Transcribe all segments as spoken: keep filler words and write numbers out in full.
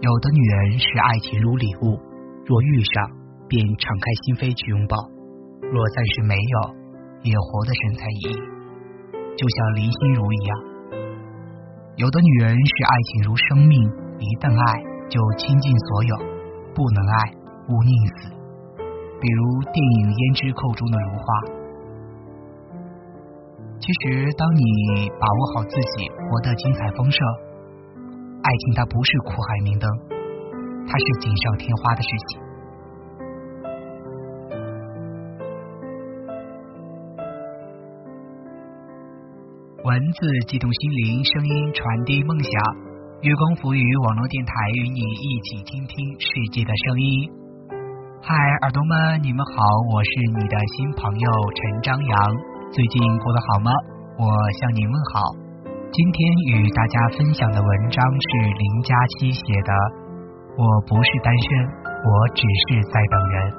有的女人视爱情如礼物，若遇上便敞开心扉去拥抱，若暂时没有，也活得神采奕奕，就像林心如一样。有的女人视爱情如生命，一旦爱就倾尽所有，不能爱勿宁死，比如电影《胭脂扣》中的如花。其实当你把握好自己，活得精彩丰盛，爱情它不是苦海明灯，它是锦上添花的事情。文字激动心灵，声音传递梦想。月光浮语网络电台与你一起倾听世界的声音。嗨，耳朵们，你们好，我是你的新朋友陈张扬。最近过得好吗？我向您问好。今天与大家分享的文章是林佳期写的《我不是单身，我只是在等人》。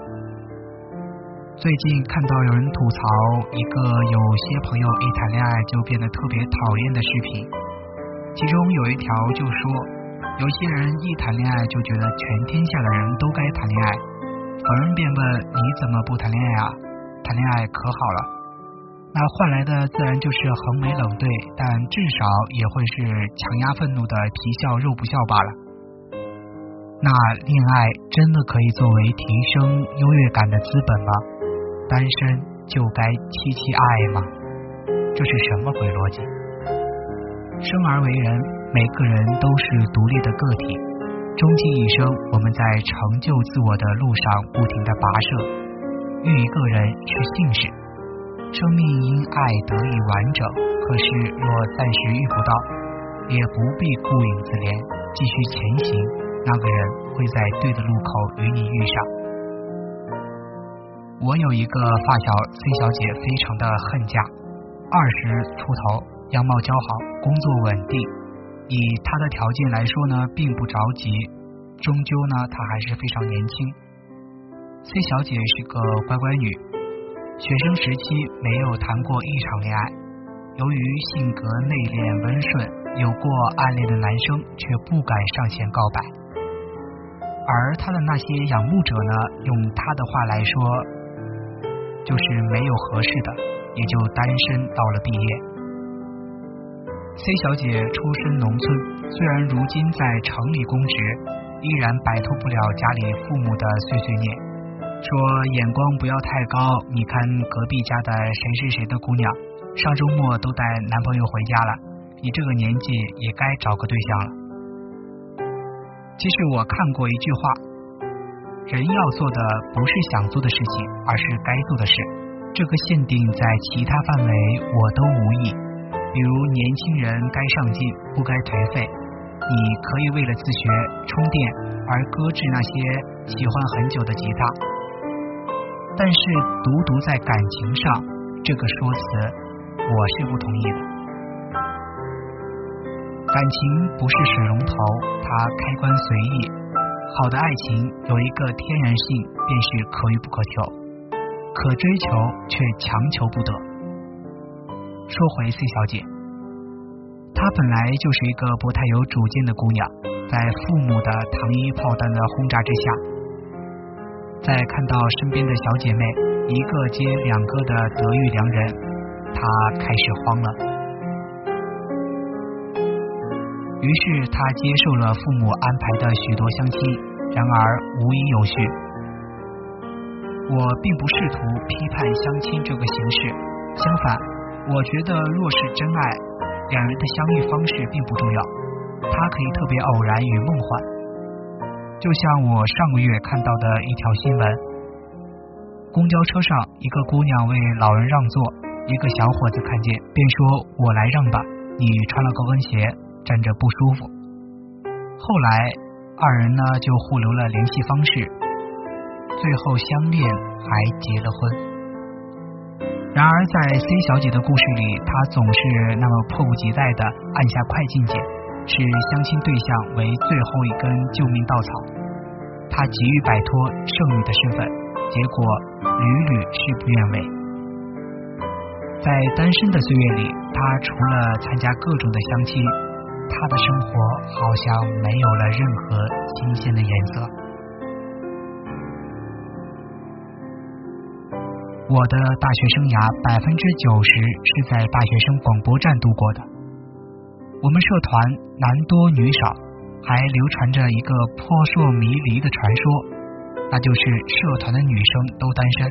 最近看到有人吐槽一个有些朋友一谈恋爱就变得特别讨厌的视频，其中有一条就说，有些人一谈恋爱就觉得全天下的人都该谈恋爱，逢人便问你怎么不谈恋爱啊？谈恋爱可好了。那换来的自然就是横眉冷对，但至少也会是强压愤怒的皮笑肉不笑罢了。那恋爱真的可以作为提升优越感的资本吗？单身就该期期爱吗？这是什么鬼逻辑？生而为人，每个人都是独立的个体，终其一生，我们在成就自我的路上不停地跋涉。遇一个人是幸事，生命因爱得以完整，可是若暂时遇不到，也不必顾影自怜，继续前行，那个人会在对的路口与你遇上。我有一个发小 C 小姐，非常的恨嫁，二十出头，样貌姣好，工作稳定，以她的条件来说呢，并不着急，终究呢，她还是非常年轻。C 小姐是个乖乖女，学生时期没有谈过一场恋爱，由于性格内敛温顺，有过暗恋的男生却不敢上前告白，而她的那些仰慕者呢，用她的话来说，就是没有合适的，也就单身到了毕业。C 小姐出身农村，虽然如今在城里公职，依然摆脱不了家里父母的碎碎念，说眼光不要太高，你看隔壁家的谁是谁的姑娘，上周末都带男朋友回家了，你这个年纪也该找个对象了。其实我看过一句话，人要做的不是想做的事情，而是该做的事。这个限定在其他范围我都无意，比如年轻人该上进，不该颓废。你可以为了自学充电而搁置那些喜欢很久的吉他，但是独独在感情上，这个说辞我是不同意的。感情不是水龙头，它开关随意。好的爱情有一个天然性，便是可遇不可求，可追求却强求不得。说回 C 小姐，她本来就是一个不太有主见的姑娘，在父母的糖衣炮弹的轰炸之下，在看到身边的小姐妹一个接两个的得遇良人，她开始慌了。于是他接受了父母安排的许多相亲，然而无一有序。我并不试图批判相亲这个形式，相反，我觉得若是真爱，两人的相遇方式并不重要，它可以特别偶然与梦幻。就像我上个月看到的一条新闻，公交车上一个姑娘为老人让座，一个小伙子看见便说，我来让吧，你穿了高跟鞋站着不舒服。后来二人呢就互留了联系方式，最后相恋还结了婚。然而在 C 小姐的故事里，她总是那么迫不及待地按下快进键，视相亲对象为最后一根救命稻草。她急于摆脱剩女的身份，结果屡屡事不愿违。在单身的岁月里，她除了参加各种的相亲， 他的生活好像没有了任何新鲜的颜色。我的大学生涯百分之九十是在大学生广播站度过的。我们社团男多女少，还流传着一个扑朔迷离的传说，那就是社团的女生都单身。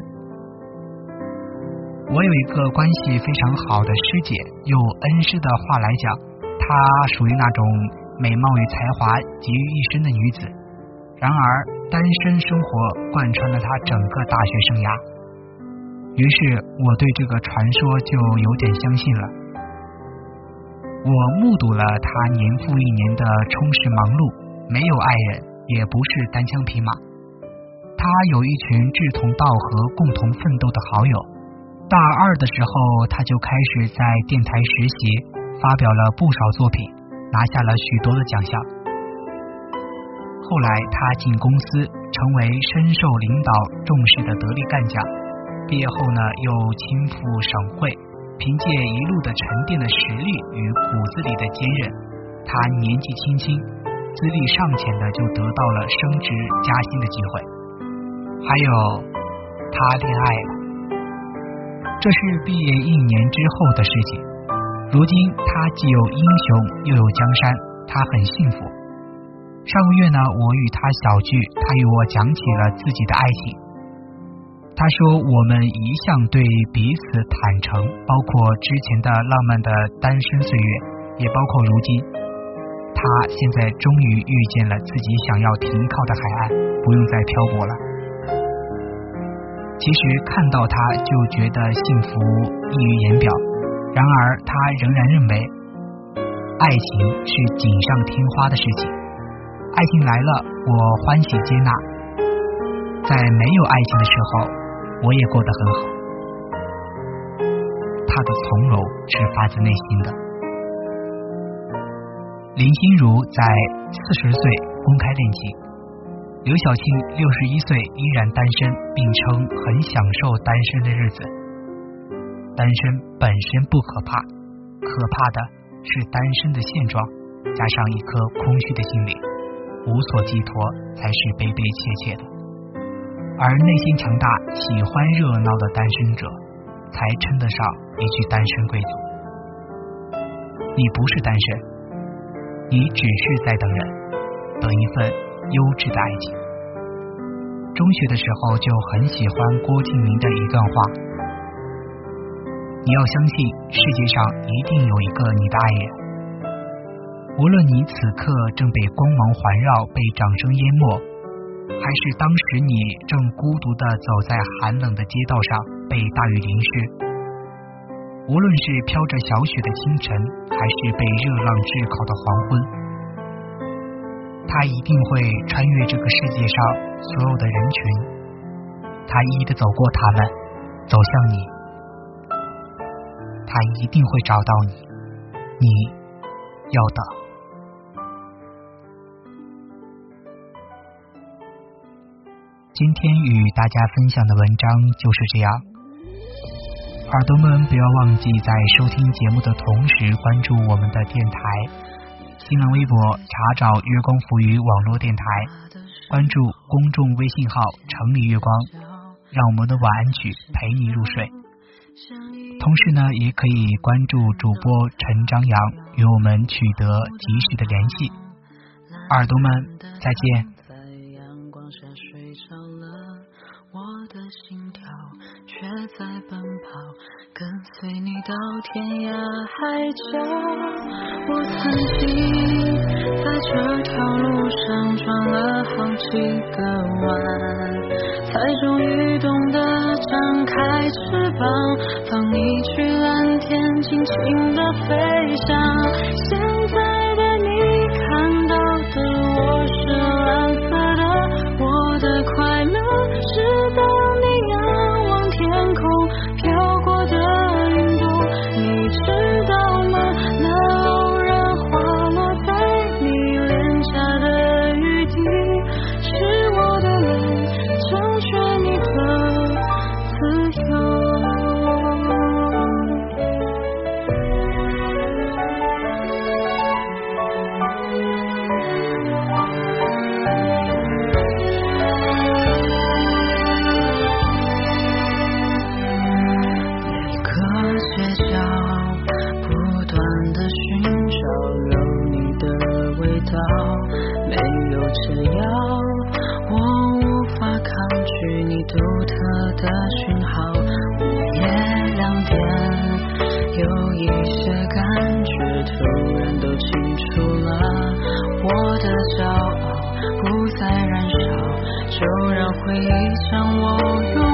我有一个关系非常好的师姐，用恩师的话来讲，她属于那种美貌与才华集于一身的女子。然而单身生活贯穿了她整个大学生涯，于是我对这个传说就有点相信了。我目睹了她年复一年的充实忙碌，没有爱人，也不是单枪匹马。她有一群志同道合、共同奋斗的好友。大二的时候，她就开始在电台实习，发表了不少作品，拿下了许多的奖项。后来她进公司，成为深受领导重视的得力干将。毕业后呢，又亲赴省会，凭借一路的沉淀的实力与骨子里的坚韧，他年纪轻轻，资历尚浅的就得到了升职加薪的机会。还有，他恋爱了，这是毕业一年之后的事情。如今他既有英雄又有江山，他很幸福。上个月呢，我与他小聚，他与我讲起了自己的爱情。他说我们一向对彼此坦诚，包括之前的浪漫的单身岁月，也包括如今。他现在终于遇见了自己想要停靠的海岸，不用再漂泊了。其实看到他就觉得幸福溢于言表，然而他仍然认为爱情是锦上添花的事情，爱情来了我欢喜接纳，在没有爱情的时候我也过得很好。他的从容是发自内心的。林心如在四十岁公开恋情，刘晓庆六十一岁依然单身，并称很享受单身的日子。单身本身不可怕，可怕的是单身的现状，加上一颗空虚的心灵，无所寄托才是悲悲切切的。而内心强大、喜欢热闹的单身者，才称得上一句单身贵族。你不是单身，你只是在等人，等一份优质的爱情。中学的时候就很喜欢郭敬明的一段话：你要相信世界上一定有一个你的爱人，无论你此刻正被光芒环绕，被掌声淹没，还是当时你正孤独地走在寒冷的街道上被大雨淋湿，无论是飘着小雪的清晨，还是被热浪炙烤的黄昏，他一定会穿越这个世界上所有的人群，他一一地走过他们，走向你，他一定会找到你，你要等。今天与大家分享的文章就是这样，耳朵们不要忘记在收听节目的同时关注我们的电台，新浪微博查找月光浮语网络电台，关注公众微信号城里月光，让我们的晚安曲陪你入睡。同时呢，也可以关注主播陈张扬，与我们取得及时的联系。耳朵们再见。却在奔跑，跟随你到天涯海角。我曾经在这条路上转了好几个弯，才终于懂得张开翅膀，放你去蓝天，尽情的飞翔。现在的你看到的我是蓝色的，我的快乐是当你仰望天空飘过的云朵，你知道吗？那偶然滑落在你脸颊的雨滴，是我的泪成全你的自由。 有一些感觉突然都清楚了，我的骄傲不再燃烧，就让回忆将我拥